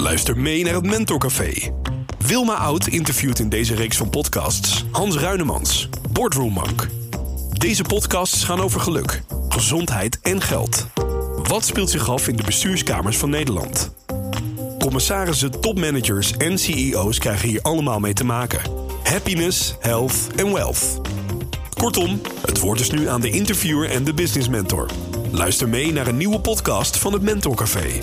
Luister mee naar het Mentorcafé. Wilma Oud interviewt in deze reeks van podcasts Hans Ruinemans, Boardroom Monk. Deze podcasts gaan over geluk, gezondheid en geld. Wat speelt zich af in de bestuurskamers van Nederland? Commissarissen, topmanagers en CEO's krijgen hier allemaal mee te maken. Happiness, health en wealth. Kortom, het woord is nu aan de interviewer en de business mentor. Luister mee naar een nieuwe podcast van het Mentorcafé.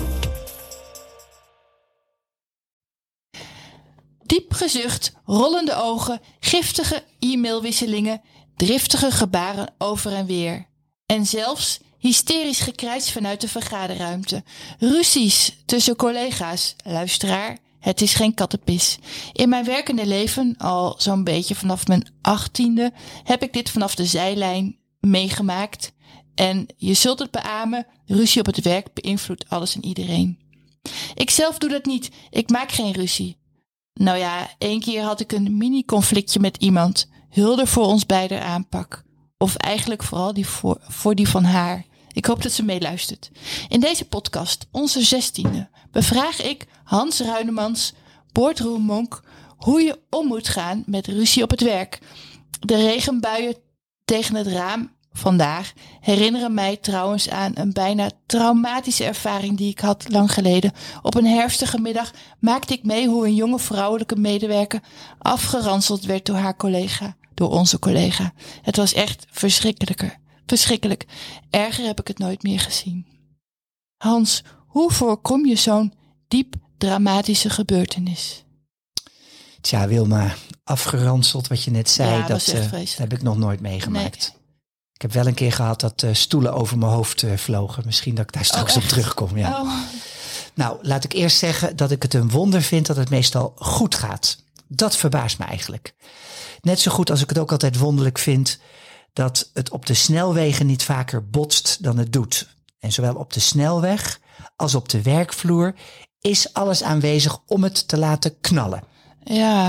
Diep gezucht, rollende ogen, giftige e-mailwisselingen, driftige gebaren over en weer. En zelfs hysterisch gekrijs vanuit de vergaderruimte. Ruzies tussen collega's. Luisteraar, het is geen kattenpis. In mijn werkende leven, al zo'n beetje vanaf mijn 18e, heb ik dit vanaf de zijlijn meegemaakt. En je zult het beamen, ruzie op het werk beïnvloedt alles en iedereen. Ik zelf doe dat niet, ik maak geen ruzie. Nou ja, 1 keer had ik een mini-conflictje met iemand. Hulde voor ons beider aanpak. Of eigenlijk vooral voor die van haar. Ik hoop dat ze meeluistert. In deze podcast, onze 16e, bevraag ik Hans Ruinemans, Boardroom Monk, hoe je om moet gaan met ruzie op het werk. De regenbuien tegen het raam vandaag herinneren mij trouwens aan een bijna traumatische ervaring die ik had lang geleden. Op een herfstige middag maakte ik mee hoe een jonge vrouwelijke medewerker afgeranseld werd door onze collega. Het was echt verschrikkelijk. Erger heb ik het nooit meer gezien. Hans, hoe voorkom je zo'n diep dramatische gebeurtenis? Tja, Wilma, afgeranseld wat je net zei, Ja, dat heb ik nog nooit meegemaakt. Nee. Ik heb wel een keer gehad dat stoelen over mijn hoofd vlogen. Misschien dat ik daar straks op terugkom. Ja. Oh. Nou, laat ik eerst zeggen dat ik het een wonder vind dat het meestal goed gaat. Dat verbaast me eigenlijk. Net zo goed als ik het ook altijd wonderlijk vind dat het op de snelwegen niet vaker botst dan het doet. En zowel op de snelweg als op de werkvloer is alles aanwezig om het te laten knallen. Ja,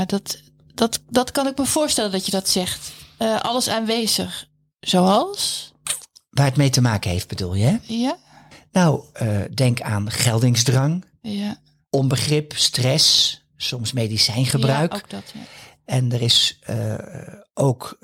dat kan ik me voorstellen dat je dat zegt. Alles aanwezig. Zoals? Waar het mee te maken heeft, bedoel je? Hè? Ja. Nou, denk aan geldingsdrang, ja. Onbegrip, stress, soms medicijngebruik. Ja, ook dat, ja. En er is ook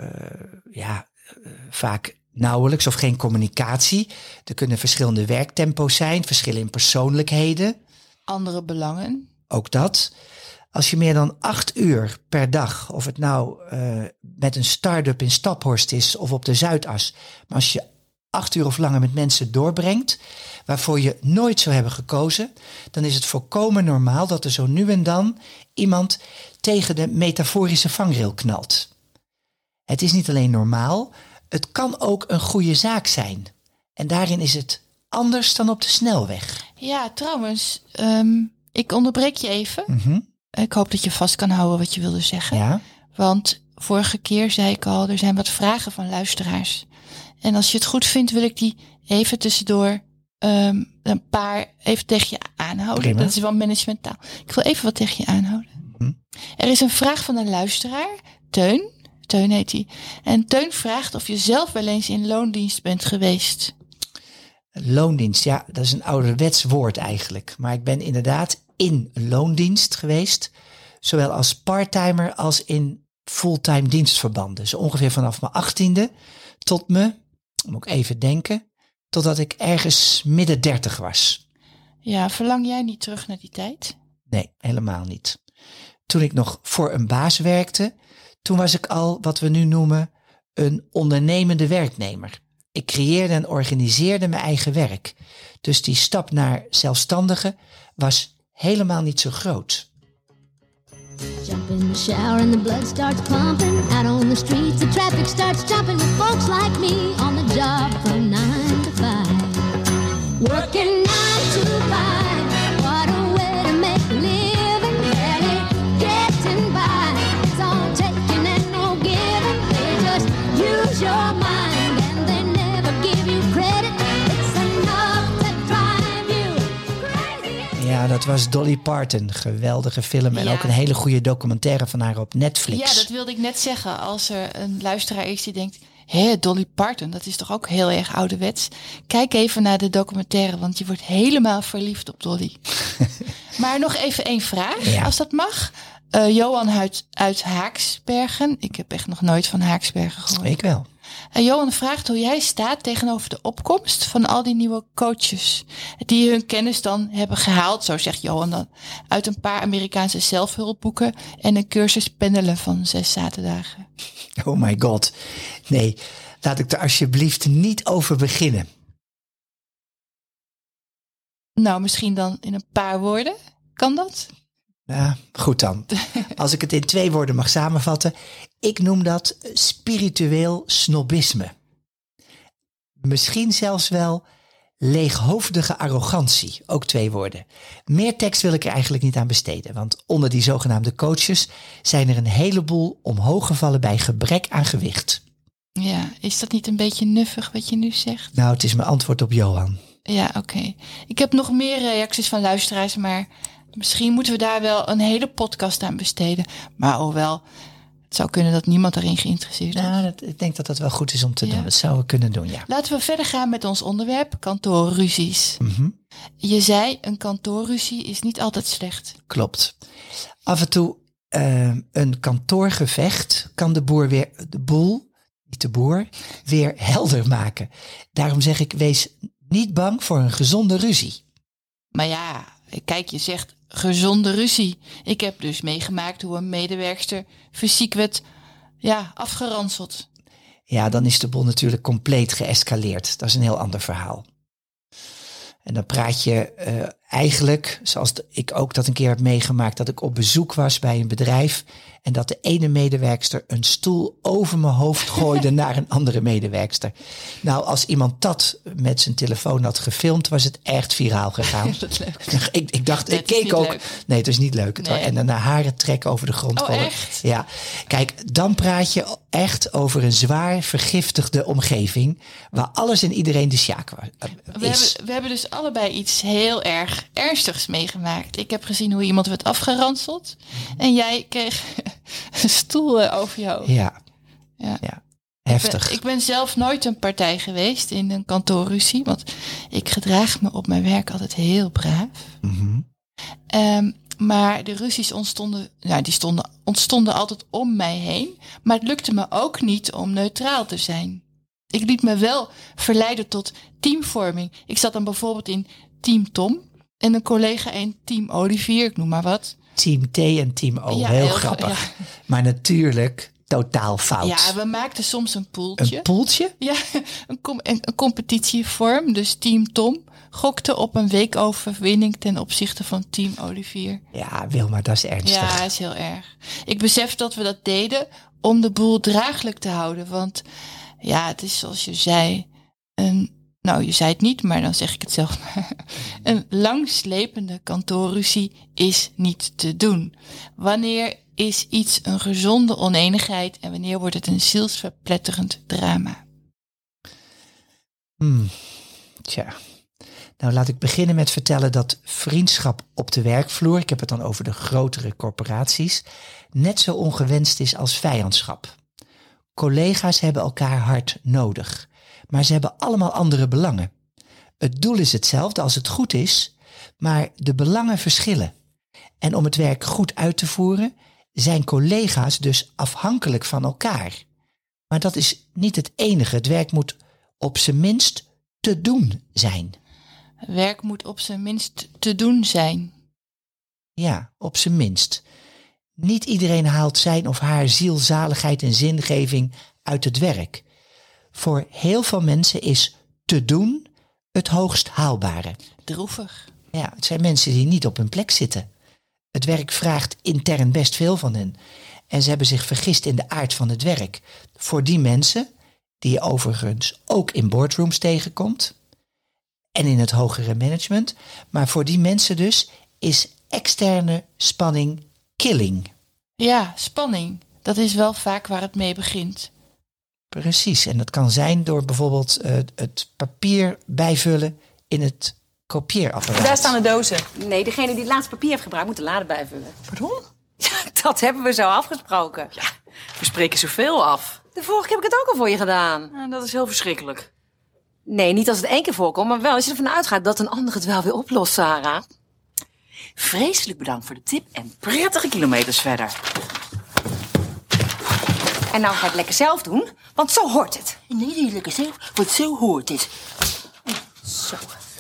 vaak nauwelijks of geen communicatie. Er kunnen verschillende werktempo's zijn, verschillen in persoonlijkheden. Andere belangen. Ook dat. Als je meer dan 8 uur per dag, of het nou met een start-up in Staphorst is of op de Zuidas, maar als je 8 uur of langer met mensen doorbrengt, waarvoor je nooit zou hebben gekozen, dan is het volkomen normaal dat er zo nu en dan iemand tegen de metaforische vangrail knalt. Het is niet alleen normaal, het kan ook een goede zaak zijn. En daarin is het anders dan op de snelweg. Ja, trouwens, ik onderbreek je even. Mm-hmm. Ik hoop dat je vast kan houden wat je wilde zeggen. Ja. Want vorige keer zei ik al, er zijn wat vragen van luisteraars. En als je het goed vindt, wil ik die even tussendoor een paar even tegen je aanhouden. Prima. Dat is wel managementtaal. Ik wil even wat tegen je aanhouden. Mm-hmm. Er is een vraag van een luisteraar, Teun. Teun heet hij. En Teun vraagt of je zelf wel eens in loondienst bent geweest. Loondienst, ja, dat is een ouderwets woord eigenlijk. Maar ik ben inderdaad in loondienst geweest. Zowel als parttimer als in fulltime dienstverbanden. Zo ongeveer vanaf mijn 18e tot me, moet ik even denken, totdat ik ergens midden 30 was. Ja, verlang jij niet terug naar die tijd? Nee, helemaal niet. Toen ik nog voor een baas werkte, toen was ik al wat we nu noemen een ondernemende werknemer. Ik creëerde en organiseerde mijn eigen werk. Dus die stap naar zelfstandige was helemaal niet zo groot. Jump in the shower and the blood starts pumping. Out on the streets the traffic starts jumping. With folks like me on the job from 9 to 5. Working 9 to 5. What a way to make a living. Barely getting by. It's all taking and no giving. They just use your mind and they never give you credit. It's enough to drive you crazy. Ja, dat was Dolly Parton. Geweldige film en ook een hele goede documentaire van haar op Netflix. Ja, dat wilde ik net zeggen. Als er een luisteraar is die denkt, Dolly Parton, dat is toch ook heel erg ouderwets. Kijk even naar de documentaire, want je wordt helemaal verliefd op Dolly. Maar nog even 1 vraag, Ja. als dat mag. Johan uit Haaksbergen. Ik heb echt nog nooit van Haaksbergen gehoord. Ik wel. Johan vraagt hoe jij staat tegenover de opkomst van al die nieuwe coaches. Die hun kennis dan hebben gehaald, zo zegt Johan dan, uit een paar Amerikaanse zelfhulpboeken en een cursus pendelen van 6 zaterdagen. Oh my god. Nee, laat ik er alsjeblieft niet over beginnen. Nou, misschien dan in een paar woorden. Kan dat? Ja, goed dan. Als ik het in 2 woorden mag samenvatten. Ik noem dat spiritueel snobisme. Misschien zelfs wel leeghoofdige arrogantie. Ook 2 woorden. Meer tekst wil ik er eigenlijk niet aan besteden. Want onder die zogenaamde coaches zijn er een heleboel omhooggevallen bij gebrek aan gewicht. Ja, is dat niet een beetje nuffig wat je nu zegt? Nou, het is mijn antwoord op Johan. Ja, oké. Ik heb nog meer reacties van luisteraars, maar misschien moeten we daar wel een hele podcast aan besteden. Maar hoewel, het zou kunnen dat niemand daarin geïnteresseerd is. Nou, ik denk dat dat wel goed is om te doen. Dat zouden we kunnen doen, ja. Laten we verder gaan met ons onderwerp, kantoorruzies. Mm-hmm. Je zei, een kantoorruzie is niet altijd slecht. Klopt. Af en toe een kantoorgevecht kan de boel weer helder maken. Daarom zeg ik, wees niet bang voor een gezonde ruzie. Maar ja, kijk, je zegt gezonde ruzie. Ik heb dus meegemaakt hoe een medewerkster fysiek werd afgeranseld. Ja, dan is de boel natuurlijk compleet geëscaleerd. Dat is een heel ander verhaal. En dan praat je eigenlijk, zoals ik ook dat een keer heb meegemaakt, dat ik op bezoek was bij een bedrijf en dat de ene medewerkster een stoel over mijn hoofd gooide naar een andere medewerkster. Nou, als iemand dat met zijn telefoon had gefilmd, was het echt viraal gegaan. Dat is leuk. Ik dacht, Dat ik is keek niet ook. leuk. Nee, het is niet leuk. Nee. En daarna haren trekken over de grond. Oh, rollen. echt? Ja. Kijk, dan praat je echt over een zwaar vergiftigde omgeving waar alles en iedereen de sjaak is. We hebben dus allebei iets heel erg ernstigs meegemaakt. Ik heb gezien hoe iemand werd afgeranseld. En jij kreeg een stoel over je hoofd. Ja. Ja. Heftig. Ik ben zelf nooit een partij geweest in een kantoorruzie. Want ik gedraag me op mijn werk altijd heel braaf. Mm-hmm. Maar de ruzies ontstonden altijd om mij heen. Maar het lukte me ook niet om neutraal te zijn. Ik liet me wel verleiden tot teamvorming. Ik zat dan bijvoorbeeld in Team Tom en een collega in Team Olivier, ik noem maar wat. Team T en Team O, Ja, heel heel grappig. ja. Maar natuurlijk totaal fout. Ja, we maakten soms een poeltje. Een poeltje? Ja, een competitievorm. Dus Team Tom gokte op een weekoverwinning ten opzichte van Team Olivier. Ja, Wilma, dat is ernstig. Ja, dat is heel erg. Ik besef dat we dat deden om de boel draaglijk te houden. Want ja, het is zoals je zei, je zei het niet, maar dan zeg ik het zelf maar. Een langslepende kantoorruzie is niet te doen. Wanneer is iets een gezonde oneenigheid en wanneer wordt het een zielsverpletterend drama? Tja. Nou, laat ik beginnen met vertellen dat vriendschap op de werkvloer, ik heb het dan over de grotere corporaties, net zo ongewenst is als vijandschap. Collega's hebben elkaar hard nodig, maar ze hebben allemaal andere belangen. Het doel is hetzelfde als het goed is, maar de belangen verschillen. En om het werk goed uit te voeren, zijn collega's dus afhankelijk van elkaar. Maar dat is niet het enige. Het werk moet op zijn minst te doen zijn. Werk moet op zijn minst te doen zijn. Ja, op zijn minst. Niet iedereen haalt zijn of haar zielzaligheid en zingeving uit het werk. Voor heel veel mensen is te doen het hoogst haalbare. Droevig. Ja, het zijn mensen die niet op hun plek zitten. Het werk vraagt intern best veel van hen. En ze hebben zich vergist in de aard van het werk. Voor die mensen, die je overigens ook in boardrooms tegenkomt en in het hogere management, maar voor die mensen dus is externe spanning killing. Ja, spanning. Dat is wel vaak waar het mee begint. Precies, en dat kan zijn door bijvoorbeeld het papier bijvullen in het kopieerapparaat. Daar staan de dozen. Nee, degene die het laatste papier heeft gebruikt moet de lade bijvullen. Pardon? Ja, dat hebben we zo afgesproken. Ja, we spreken zoveel af. De vorige keer heb ik het ook al voor je gedaan. En dat is heel verschrikkelijk. Nee, niet als het 1 keer voorkomt, maar wel als je ervan uitgaat dat een ander het wel weer oplost, Sarah. Vreselijk bedankt voor de tip en prettige kilometers verder. En nou ga het lekker zelf doen, want zo hoort het. Nee, lekker zelf, want zo hoort het. Zo.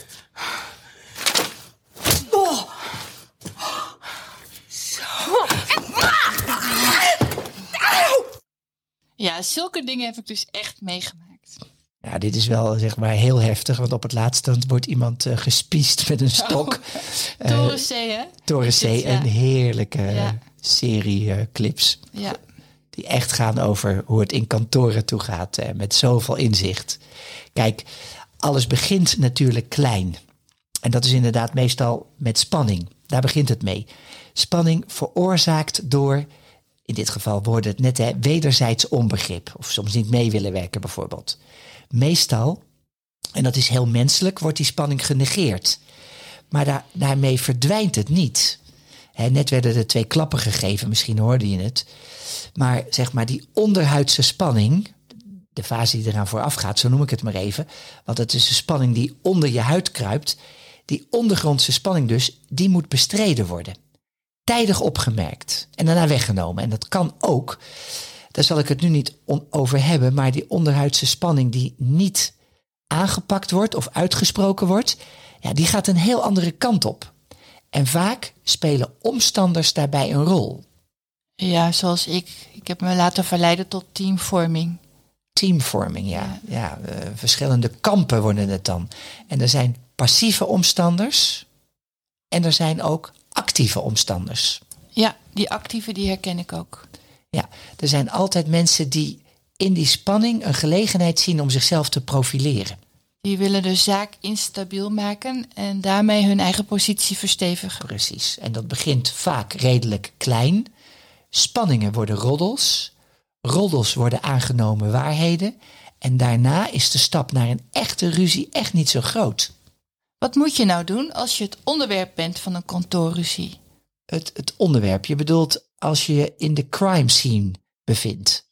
Ja, zulke dingen heb ik dus echt meegemaakt. Ja, dit is wel zeg maar heel heftig, want op het laatste wordt iemand gespiest met een stok. Toren C, hè? Toren C, Is dit, ja. een heerlijke Ja. serie clips. Ja. Die echt gaan over hoe het in kantoren toe gaat. Met zoveel inzicht. Kijk, alles begint natuurlijk klein. En dat is inderdaad meestal met spanning. Daar begint het mee. Spanning veroorzaakt door, in dit geval worden het net, wederzijds onbegrip. Of soms niet mee willen werken bijvoorbeeld. Meestal, en dat is heel menselijk, wordt die spanning genegeerd. Maar daarmee verdwijnt het niet. Net werden er 2 klappen gegeven, misschien hoorde je het. Maar zeg maar die onderhuidse spanning, de fase die eraan vooraf gaat, zo noem ik het maar even. Want het is een spanning die onder je huid kruipt. Die ondergrondse spanning dus, die moet bestreden worden. Tijdig opgemerkt en daarna weggenomen. En dat kan ook, daar zal ik het nu niet over hebben, maar die onderhuidse spanning die niet aangepakt wordt of uitgesproken wordt, ja, die gaat een heel andere kant op. En vaak spelen omstanders daarbij een rol. Ja, zoals ik. Ik heb me laten verleiden tot teamvorming. Teamvorming, ja. Verschillende kampen worden het dan. En er zijn passieve omstanders en er zijn ook actieve omstanders. Ja, die actieve die herken ik ook. Ja, er zijn altijd mensen die in die spanning een gelegenheid zien om zichzelf te profileren. Die willen de zaak instabiel maken en daarmee hun eigen positie verstevigen. Precies. En dat begint vaak redelijk klein. Spanningen worden roddels. Roddels worden aangenomen waarheden. En daarna is de stap naar een echte ruzie echt niet zo groot. Wat moet je nou doen als je het onderwerp bent van een kantoorruzie? Het onderwerp, je bedoelt als je je in de crime scene bevindt.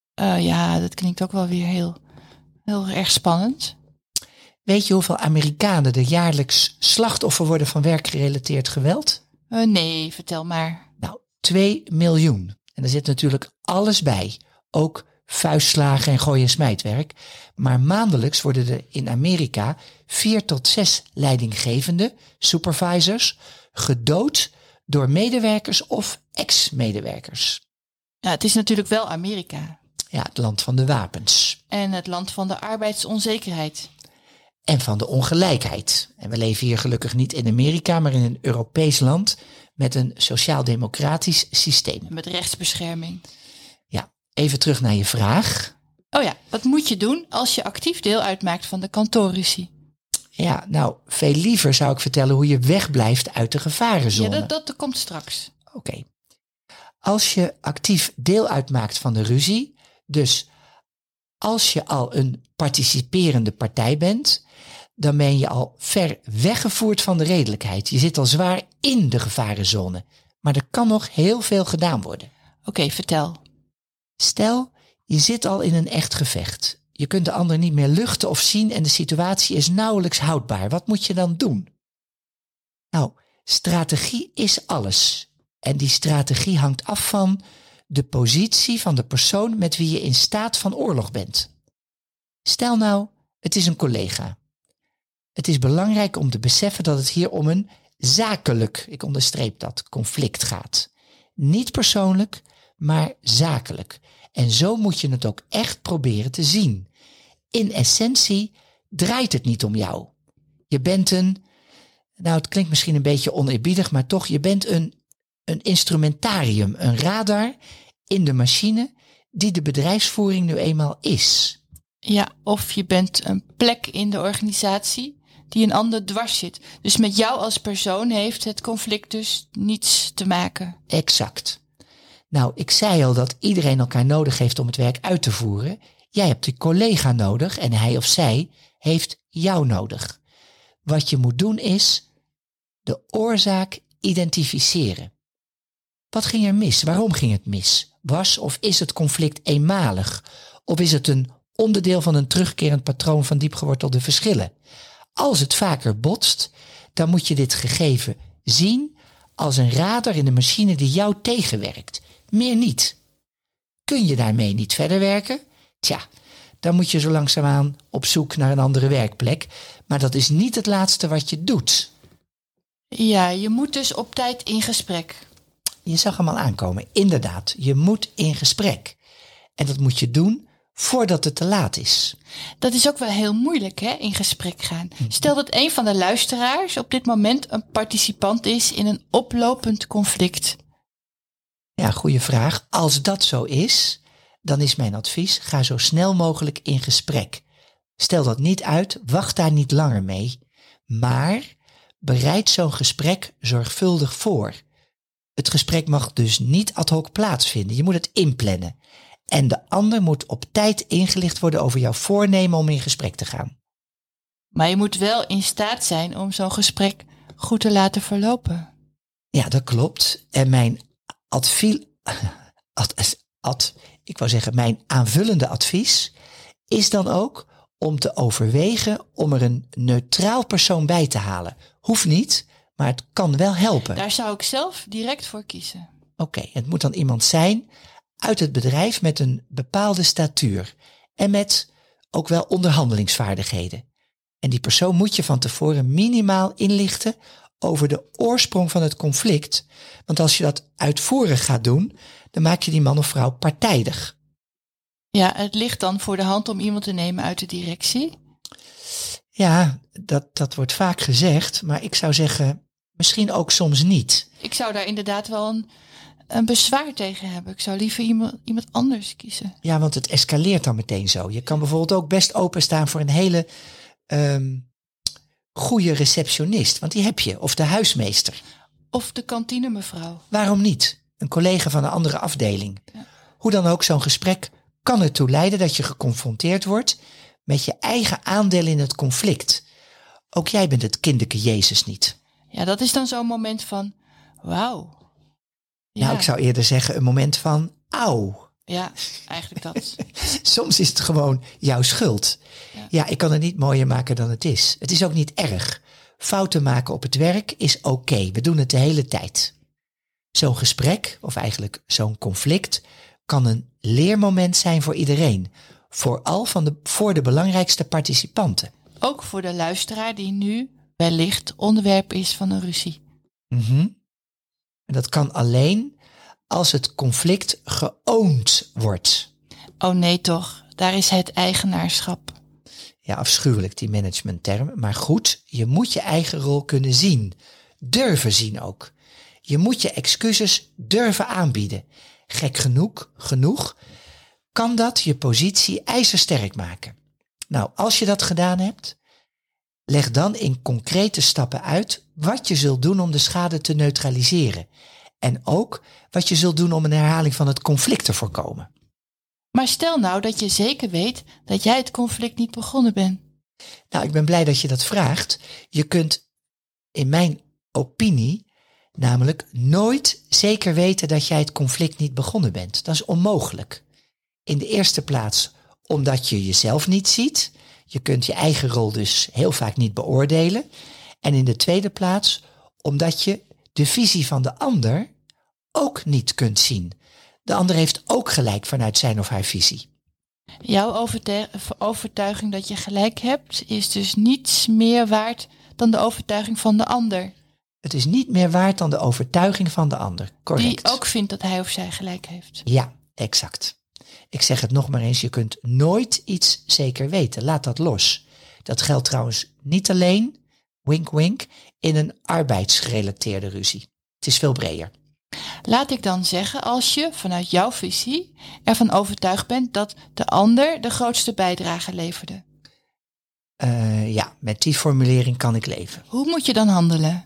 Ja, dat klinkt ook wel weer heel erg spannend. Weet je hoeveel Amerikanen er jaarlijks slachtoffer worden van werkgerelateerd geweld? Nee, vertel maar. Nou, 2 miljoen. En daar zit natuurlijk alles bij. Ook vuistslagen en gooi- en smijtwerk. Maar maandelijks worden er in Amerika 4 tot 6 leidinggevende, supervisors, gedood door medewerkers of ex-medewerkers. Ja, het is natuurlijk wel Amerika. Ja, het land van de wapens. En het land van de arbeidsonzekerheid. En van de ongelijkheid. En we leven hier gelukkig niet in Amerika, maar in een Europees land met een sociaal-democratisch systeem. Met rechtsbescherming. Ja, even terug naar je vraag. Oh ja, wat moet je doen als je actief deel uitmaakt van de kantoorruzie? Ja, nou, veel liever zou ik vertellen hoe je wegblijft uit de gevarenzone. Ja, dat komt straks. Oké. Als je actief deel uitmaakt van de ruzie, dus als je al een participerende partij bent, dan ben je al ver weggevoerd van de redelijkheid. Je zit al zwaar in de gevarenzone. Maar er kan nog heel veel gedaan worden. Oké, vertel. Stel, je zit al in een echt gevecht. Je kunt de ander niet meer luchten of zien en de situatie is nauwelijks houdbaar. Wat moet je dan doen? Nou, strategie is alles. En die strategie hangt af van de positie van de persoon met wie je in staat van oorlog bent. Stel nou, het is een collega. Het is belangrijk om te beseffen dat het hier om een zakelijk, ik onderstreep dat, conflict gaat. Niet persoonlijk, maar zakelijk. En zo moet je het ook echt proberen te zien. In essentie draait het niet om jou. Je bent het klinkt misschien een beetje oneerbiedig, maar toch, je bent een instrumentarium, een radar in de machine die de bedrijfsvoering nu eenmaal is. Ja, of je bent een plek in de organisatie die een ander dwars zit. Dus met jou als persoon heeft het conflict dus niets te maken. Exact. Nou, ik zei al dat iedereen elkaar nodig heeft om het werk uit te voeren. Jij hebt die collega nodig en hij of zij heeft jou nodig. Wat je moet doen is de oorzaak identificeren. Wat ging er mis? Waarom ging het mis? Was of is het conflict eenmalig? Of is het een onderdeel van een terugkerend patroon van diepgewortelde verschillen? Als het vaker botst, dan moet je dit gegeven zien, als een radar in de machine die jou tegenwerkt. Meer niet. Kun je daarmee niet verder werken? Tja, dan moet je zo langzaamaan op zoek naar een andere werkplek. Maar dat is niet het laatste wat je doet. Ja, je moet dus op tijd in gesprek. Je zag hem al aankomen. Inderdaad, je moet in gesprek. En dat moet je doen voordat het te laat is. Dat is ook wel heel moeilijk, hè, in gesprek gaan. Stel dat een van de luisteraars op dit moment een participant is in een oplopend conflict. Ja, goede vraag. Als dat zo is, dan is mijn advies, ga zo snel mogelijk in gesprek. Stel dat niet uit, wacht daar niet langer mee. Maar bereid zo'n gesprek zorgvuldig voor. Het gesprek mag dus niet ad hoc plaatsvinden. Je moet het inplannen. En de ander moet op tijd ingelicht worden over jouw voornemen om in gesprek te gaan. Maar je moet wel in staat zijn om zo'n gesprek goed te laten verlopen. Ja, dat klopt. En mijn mijn aanvullende advies is dan ook om te overwegen om er een neutraal persoon bij te halen. Hoeft niet, maar het kan wel helpen. Daar zou ik zelf direct voor kiezen. Oké, het moet dan iemand zijn uit het bedrijf met een bepaalde statuur en met ook wel onderhandelingsvaardigheden. En die persoon moet je van tevoren minimaal inlichten over de oorsprong van het conflict. Want als je dat uitvoerig gaat doen, dan maak je die man of vrouw partijdig. Ja, het ligt dan voor de hand om iemand te nemen uit de directie. Ja, dat wordt vaak gezegd, maar ik zou zeggen, misschien ook soms niet. Ik zou daar inderdaad wel een bezwaar tegen hebben. Ik zou liever iemand anders kiezen. Ja, want het escaleert dan meteen zo. Je kan bijvoorbeeld ook best openstaan voor een hele goede receptionist. Want die heb je. Of de huismeester. Of de kantinemevrouw. Waarom niet? Een collega van een andere afdeling. Ja. Hoe dan ook, zo'n gesprek kan ertoe leiden dat je geconfronteerd wordt met je eigen aandeel in het conflict. Ook jij bent het kinderke Jezus niet. Ja, dat is dan zo'n moment van, wauw. Ja. Nou, ik zou eerder zeggen een moment van, auw. Ja, eigenlijk dat. Soms is het gewoon jouw schuld. Ja, ik kan het niet mooier maken dan het is. Het is ook niet erg. Fouten maken op het werk is oké. We doen het de hele tijd. Zo'n gesprek, of eigenlijk zo'n conflict, kan een leermoment zijn voor iedereen. Vooral voor de belangrijkste participanten. Ook voor de luisteraar die nu wellicht onderwerp is van een ruzie. En dat kan alleen als het conflict geowned wordt. Oh nee toch, daar is het eigenaarschap. Ja, afschuwelijk die managementterm. Maar goed, je moet je eigen rol kunnen zien. Durven zien ook. Je moet je excuses durven aanbieden. Gek genoeg kan dat je positie ijzersterk maken. Nou, als je dat gedaan hebt, leg dan in concrete stappen uit wat je zult doen om de schade te neutraliseren. En ook wat je zult doen om een herhaling van het conflict te voorkomen. Maar stel nou dat je zeker weet dat jij het conflict niet begonnen bent. Nou, ik ben blij dat je dat vraagt. Je kunt, in mijn opinie, namelijk nooit zeker weten dat jij het conflict niet begonnen bent. Dat is onmogelijk. In de eerste plaats omdat je jezelf niet ziet. Je kunt je eigen rol dus heel vaak niet beoordelen. En in de tweede plaats omdat je de visie van de ander ook niet kunt zien. De ander heeft ook gelijk vanuit zijn of haar visie. Jouw overtuiging dat je gelijk hebt is dus niets meer waard dan de overtuiging van de ander. Het is niet meer waard dan de overtuiging van de ander. Correct. Die ook vindt dat hij of zij gelijk heeft. Ja, exact. Ik zeg het nog maar eens, je kunt nooit iets zeker weten. Laat dat los. Dat geldt trouwens niet alleen, wink wink, in een arbeidsgerelateerde ruzie. Het is veel breder. Laat ik dan zeggen, als je vanuit jouw visie ervan overtuigd bent dat de ander de grootste bijdrage leverde. Ja, met die formulering kan ik leven. Hoe moet je dan handelen?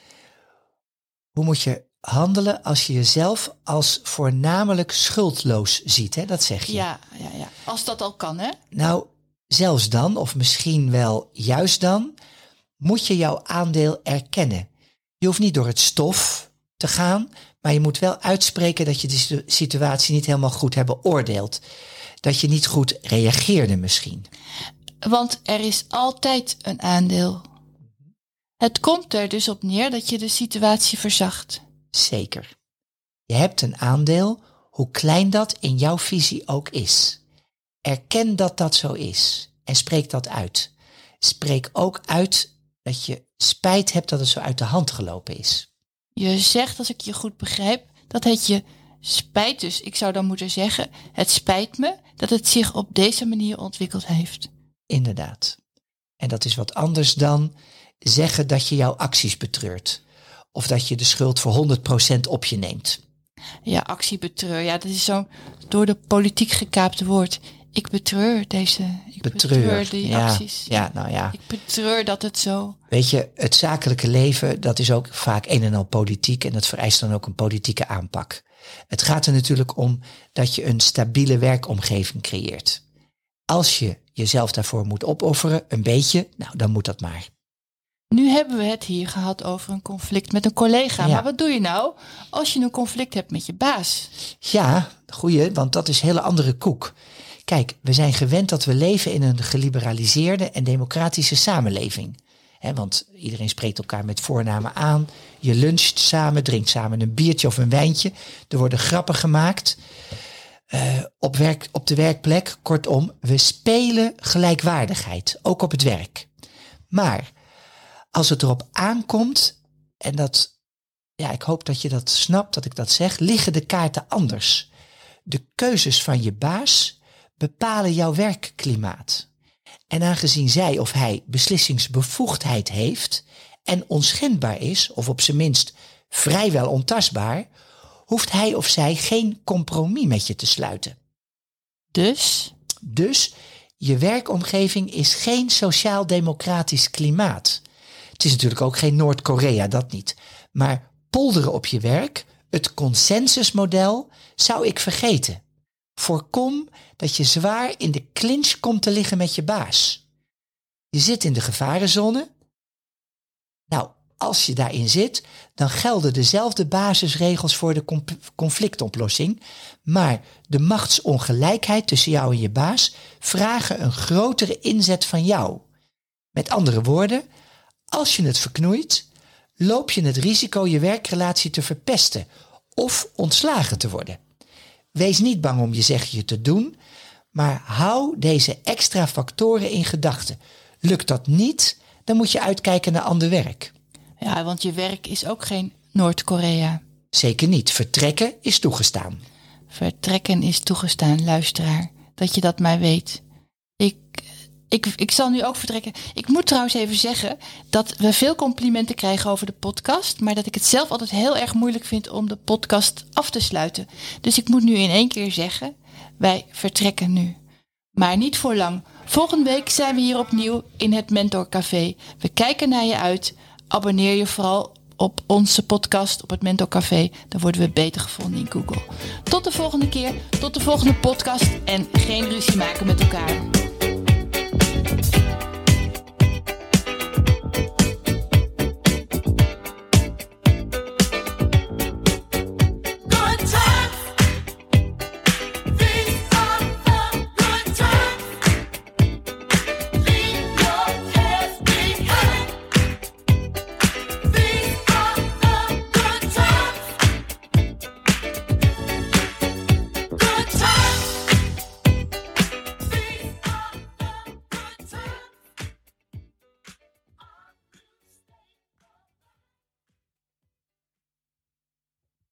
Hoe moet je handelen als je jezelf als voornamelijk schuldloos ziet, hè? Dat zeg je. Ja. Als dat al kan, hè? Nou, zelfs dan, of misschien wel juist dan, moet je jouw aandeel erkennen. Je hoeft niet door het stof te gaan, maar je moet wel uitspreken dat je de situatie niet helemaal goed hebt beoordeeld. Dat je niet goed reageerde misschien. Want er is altijd een aandeel. Het komt er dus op neer dat je de situatie verzacht. Zeker. Je hebt een aandeel, hoe klein dat in jouw visie ook is. Erken dat dat zo is en spreek dat uit. Spreek ook uit dat je spijt hebt dat het zo uit de hand gelopen is. Je zegt, als ik je goed begrijp, dat het je spijt. Dus ik zou dan moeten zeggen, het spijt me dat het zich op deze manier ontwikkeld heeft. Inderdaad. En dat is wat anders dan zeggen dat je jouw acties betreurt. Of dat je de schuld voor 100% op je neemt. Ja, actiebetreur. Ja, dat is zo'n door de politiek gekaapte woord. Ik betreur die acties. Ja, nou ja. Ik betreur dat het zo... Weet je, het zakelijke leven, dat is ook vaak een en al politiek. En dat vereist dan ook een politieke aanpak. Het gaat er natuurlijk om dat je een stabiele werkomgeving creëert. Als je jezelf daarvoor moet opofferen, een beetje, nou dan moet dat maar. Nu hebben we het hier gehad over een conflict met een collega. Ja. Maar wat doe je nou als je een conflict hebt met je baas? Ja, goeie, want dat is een hele andere koek. Kijk, we zijn gewend dat we leven in een geliberaliseerde en democratische samenleving. Want iedereen spreekt elkaar met voornamen aan. Je luncht samen, drinkt samen een biertje of een wijntje. Er worden grappen gemaakt op de werkplek. Kortom, we spelen gelijkwaardigheid, ook op het werk. Maar als het erop aankomt, en dat, ja, ik hoop dat je dat snapt, dat ik dat zeg, liggen de kaarten anders. De keuzes van je baas bepalen jouw werkklimaat. En aangezien zij of hij beslissingsbevoegdheid heeft en onschendbaar is, of op zijn minst vrijwel ontastbaar, hoeft hij of zij geen compromis met je te sluiten. Dus je werkomgeving is geen sociaal-democratisch klimaat. Het is natuurlijk ook geen Noord-Korea, dat niet. Maar polderen op je werk, het consensusmodel, zou ik vergeten. Voorkom dat je zwaar in de clinch komt te liggen met je baas. Je zit in de gevarenzone. Nou, als je daarin zit, dan gelden dezelfde basisregels voor de conflictoplossing. Maar de machtsongelijkheid tussen jou en je baas vragen een grotere inzet van jou. Met andere woorden, als je het verknoeit, loop je het risico je werkrelatie te verpesten of ontslagen te worden. Wees niet bang om je zegje te doen, maar hou deze extra factoren in gedachten. Lukt dat niet, dan moet je uitkijken naar ander werk. Ja, want je werk is ook geen Noord-Korea. Zeker niet. Vertrekken is toegestaan. Vertrekken is toegestaan, luisteraar. Dat je dat maar weet. Ik zal nu ook vertrekken. Ik moet trouwens even zeggen dat we veel complimenten krijgen over de podcast, maar dat ik het zelf altijd heel erg moeilijk vind om de podcast af te sluiten. Dus ik moet nu in 1 keer zeggen, wij vertrekken nu. Maar niet voor lang. Volgende week zijn we hier opnieuw in het Mentor Café. We kijken naar je uit. Abonneer je vooral op onze podcast op het Mentor Café. Dan worden we beter gevonden in Google. Tot de volgende keer. Tot de volgende podcast. En geen ruzie maken met elkaar.